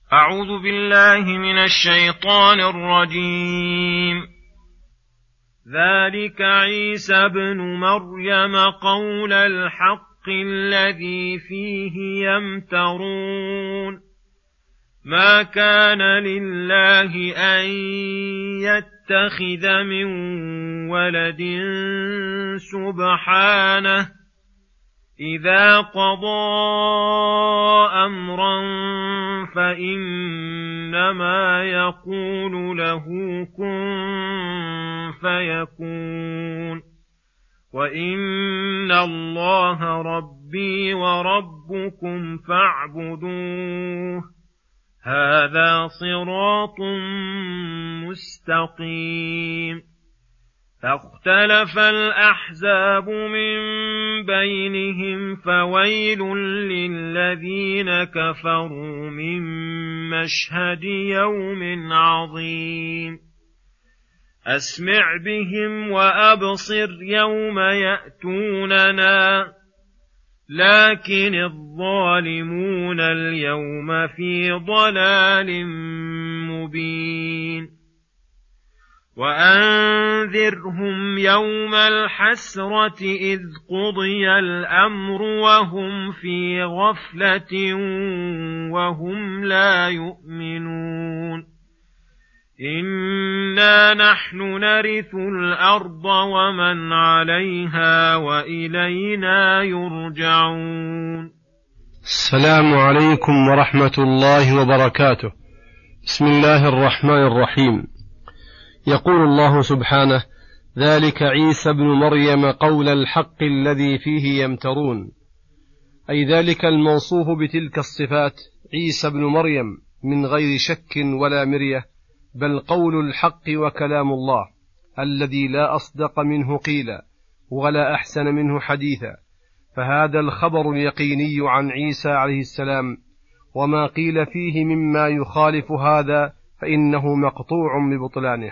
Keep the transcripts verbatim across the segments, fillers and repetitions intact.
أعوذ بالله من الشيطان الرجيم. ذلك عيسى ابن مريم قول الحق الذي فيه يمترون. ما كان لله أن يتخذ من ولد سبحانه إذا قضى أمرا فإنما يقول له كن فيكون. وإن الله ربي وربكم فاعبدوه هذا صراط مستقيم. فاختلف الأحزاب من بينهم فويل للذين كفروا من مشهد يوم عظيم. أسمع بهم وأبصر يوم يأتوننا لكن الظالمون اليوم في ضلال مبين. وأنذرهم يوم الحسرة إذ قضي الأمر وهم في غفلة وهم لا يؤمنون. إنا نحن نرث الأرض ومن عليها وإلينا يرجعون. السلام عليكم ورحمة الله وبركاته. بسم الله الرحمن الرحيم. يقول الله سبحانه: ذلك عيسى ابن مريم قول الحق الذي فيه يمترون، أي ذلك الموصوف بتلك الصفات عيسى ابن مريم من غير شك ولا مرية، بل قول الحق وكلام الله الذي لا أصدق منه قيلا ولا أحسن منه حديثا. فهذا الخبر اليقيني عن عيسى عليه السلام، وما قيل فيه مما يخالف هذا فإنه مقطوع ببطلانه.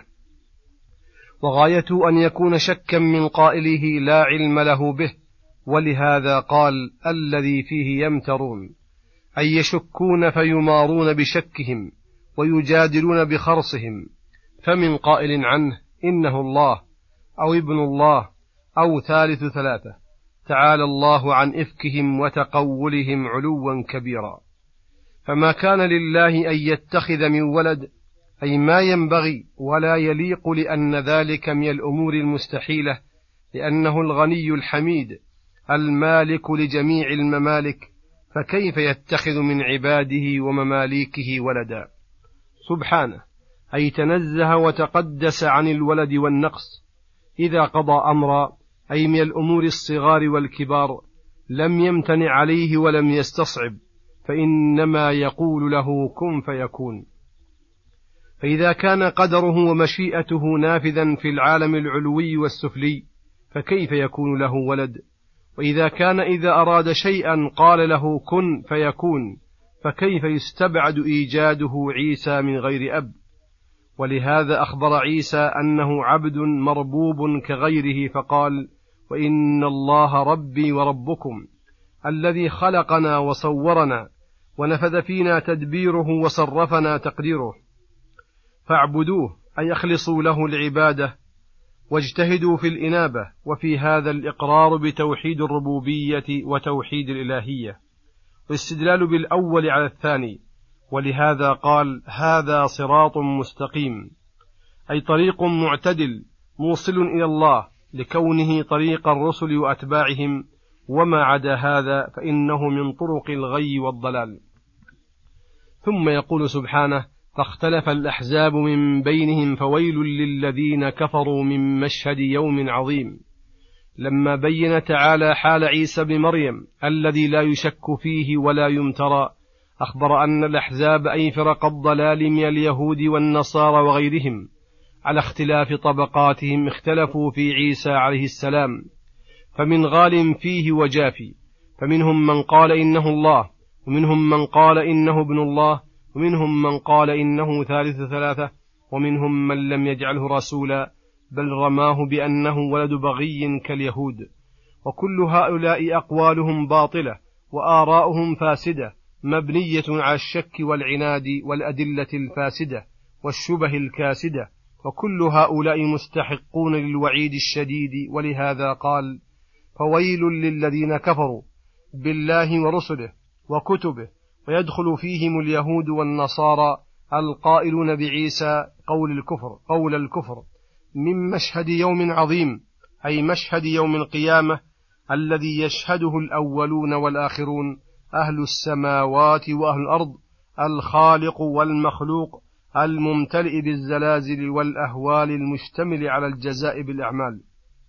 وغاية أن يكون شكا من قائله لا علم له به، ولهذا قال الذي فيه يمترون، أي يشكون فيمارون بشكهم ويجادلون بخرصهم. فمن قائل عنه إنه الله أو ابن الله أو ثالث ثلاثة، تعالى الله عن إفكهم وتقولهم علوا كبيرا. فما كان لله أن يتخذ من ولد، أي ما ينبغي ولا يليق، لأن ذلك من الأمور المستحيلة، لأنه الغني الحميد المالك لجميع الممالك، فكيف يتخذ من عباده ومماليكه ولدا؟ سبحانه، أي تنزه وتقدس عن الولد والنقص. إذا قضى أمرا، أي من الأمور الصغار والكبار، لم يمتنع عليه ولم يستصعب، فإنما يقول له كن فيكون. فإذا كان قدره ومشيئته نافذا في العالم العلوي والسفلي، فكيف يكون له ولد؟ وإذا كان إذا أراد شيئا قال له كن فيكون، فكيف يستبعد إيجاده عيسى من غير أب؟ ولهذا أخبر عيسى أنه عبد مربوب كغيره، فقال: وإن الله ربي وربكم الذي خلقنا وصورنا ونفذ فينا تدبيره وصرفنا تقديره، فاعبدوه، أي اخلصوا له العبادة واجتهدوا في الإنابة. وفي هذا الإقرار بتوحيد الربوبية وتوحيد الإلهية، والاستدلال بالأول على الثاني. ولهذا قال: هذا صراط مستقيم، أي طريق معتدل موصل إلى الله، لكونه طريق الرسل وأتباعهم، وما عدا هذا فإنه من طرق الغي والضلال. ثم يقول سبحانه: فاختلف الأحزاب من بينهم فويل للذين كفروا من مشهد يوم عظيم. لما بين تعالى حال عيسى بن مريم الذي لا يشك فيه ولا يمترى، أخبر أن الأحزاب أي فرق الضلال من اليهود والنصارى وغيرهم على اختلاف طبقاتهم اختلفوا في عيسى عليه السلام، فمن غال فيه وجافي، فمنهم من قال إنه الله، ومنهم من قال إنه ابن الله، ومنهم من قال إنه ثالث ثلاثة، ومنهم من لم يجعله رسولا بل رماه بأنه ولد بغي كاليهود. وكل هؤلاء أقوالهم باطلة وآراؤهم فاسدة مبنية على الشك والعناد والأدلة الفاسدة والشبه الكاسدة، وكل هؤلاء مستحقون للوعيد الشديد. ولهذا قال: فويل للذين كفروا بالله ورسله وكتبه، ويدخل فيهم اليهود والنصارى القائلون بعيسى قول الكفر قول الكفر من مشهد يوم عظيم، أي مشهد يوم القيامة الذي يشهده الأولون والآخرون، أهل السماوات وأهل الأرض، الخالق والمخلوق، الممتلئ بالزلازل والأهوال المشتمل على الجزاء بالأعمال.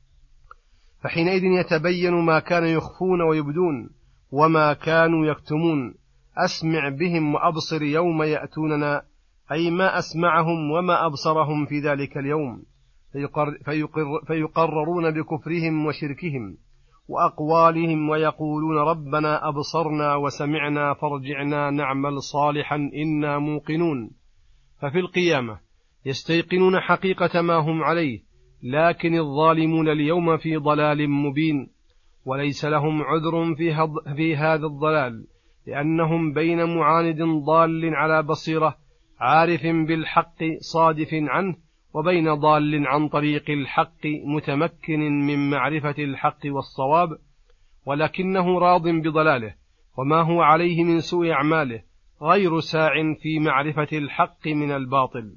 فحينئذ يتبين ما كانوا يخفون ويبدون وما كانوا يكتمون. أسمع بهم وأبصر يوم يأتوننا، أي ما أسمعهم وما أبصرهم في ذلك اليوم، فيقر فيقر فيقررون بكفرهم وشركهم وأقوالهم، ويقولون: ربنا أبصرنا وسمعنا فارجعنا نعمل صالحا إنا موقنون. ففي القيامة يستيقنون حقيقة ما هم عليه، لكن الظالمون اليوم في ضلال مبين، وليس لهم عذر في هذا الضلال، لأنهم بين معاند ضال على بصيرة عارف بالحق صادف عنه، وبين ضال عن طريق الحق متمكن من معرفة الحق والصواب، ولكنه راض بضلاله وما هو عليه من سوء أعماله، غير ساع في معرفة الحق من الباطل.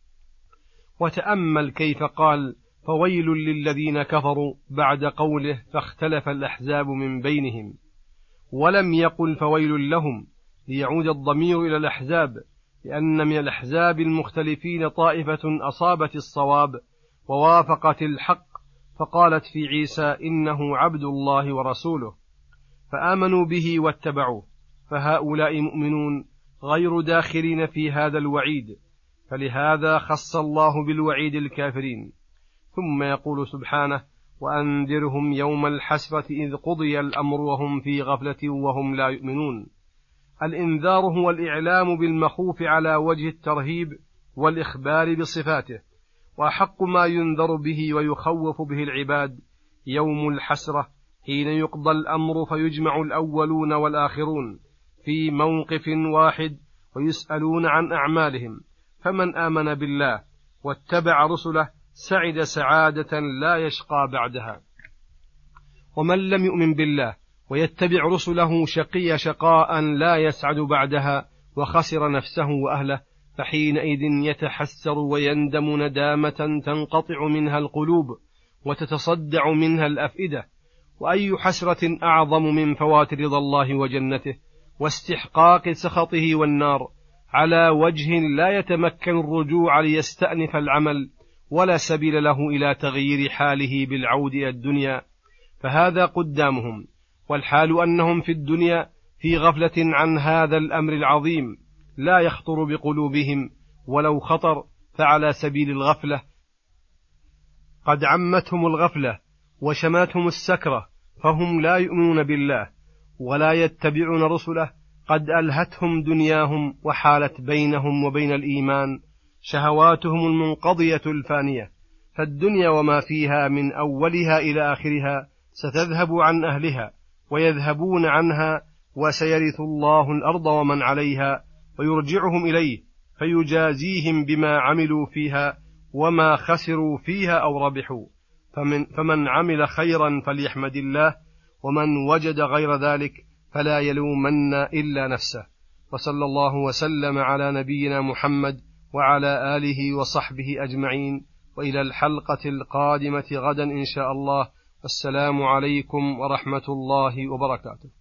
وتأمل كيف قال: فويل للذين كفروا بعد قوله فاختلف الأحزاب من بينهم، ولم يقل فويل لهم ليعود الضمير إلى الأحزاب، لأن من الأحزاب المختلفين طائفة أصابت الصواب ووافقت الحق، فقالت في عيسى إنه عبد الله ورسوله، فآمنوا به واتبعوه، فهؤلاء مؤمنون غير داخلين في هذا الوعيد، فلهذا خص الله بالوعيد الكافرين. ثم يقول سبحانه: وأنذرهم يوم الحسرة إذ قضي الأمر وهم في غفلة وهم لا يؤمنون. الإنذار هو الإعلام بالمخوف على وجه الترهيب والإخبار بصفاته، وأحق ما ينذر به ويخوف به العباد يوم الحسرة، حين يقضى الأمر فيجمع الأولون والآخرون في موقف واحد ويسألون عن أعمالهم، فمن آمن بالله واتبع رسله سعد سعادة لا يشقى بعدها، ومن لم يؤمن بالله ويتبع رسله شقي شقاء لا يسعد بعدها، وخسر نفسه وأهله، فحينئذ يتحسر ويندم ندامة تنقطع منها القلوب وتتصدع منها الأفئدة. وأي حسرة أعظم من فوات رضا الله وجنته واستحقاق سخطه والنار على وجه لا يتمكن الرجوع ليستأنف العمل ولا سبيل له إلى تغيير حاله بالعود إلى الدنيا. فهذا قدامهم، والحال أنهم في الدنيا في غفلة عن هذا الأمر العظيم لا يخطر بقلوبهم، ولو خطر فعلى سبيل الغفلة. قد عمتهم الغفلة وشماتهم السكرة، فهم لا يؤمنون بالله ولا يتبعون رسله، قد ألهتهم دنياهم وحالت بينهم وبين الإيمان شهواتهم المنقضية الفانية، فالدنيا وما فيها من أولها إلى آخرها ستذهب عن أهلها ويذهبون عنها، وسيرث الله الأرض ومن عليها ويرجعهم إليه فيجازيهم بما عملوا فيها وما خسروا فيها أو ربحوا. فمن, فمن عمل خيرا فليحمد الله، ومن وجد غير ذلك فلا يلومن إلا نفسه. وصلى الله وسلم على نبينا محمد وعلى آله وصحبه أجمعين، وإلى الحلقة القادمة غدا إن شاء الله. والسلام عليكم ورحمة الله وبركاته.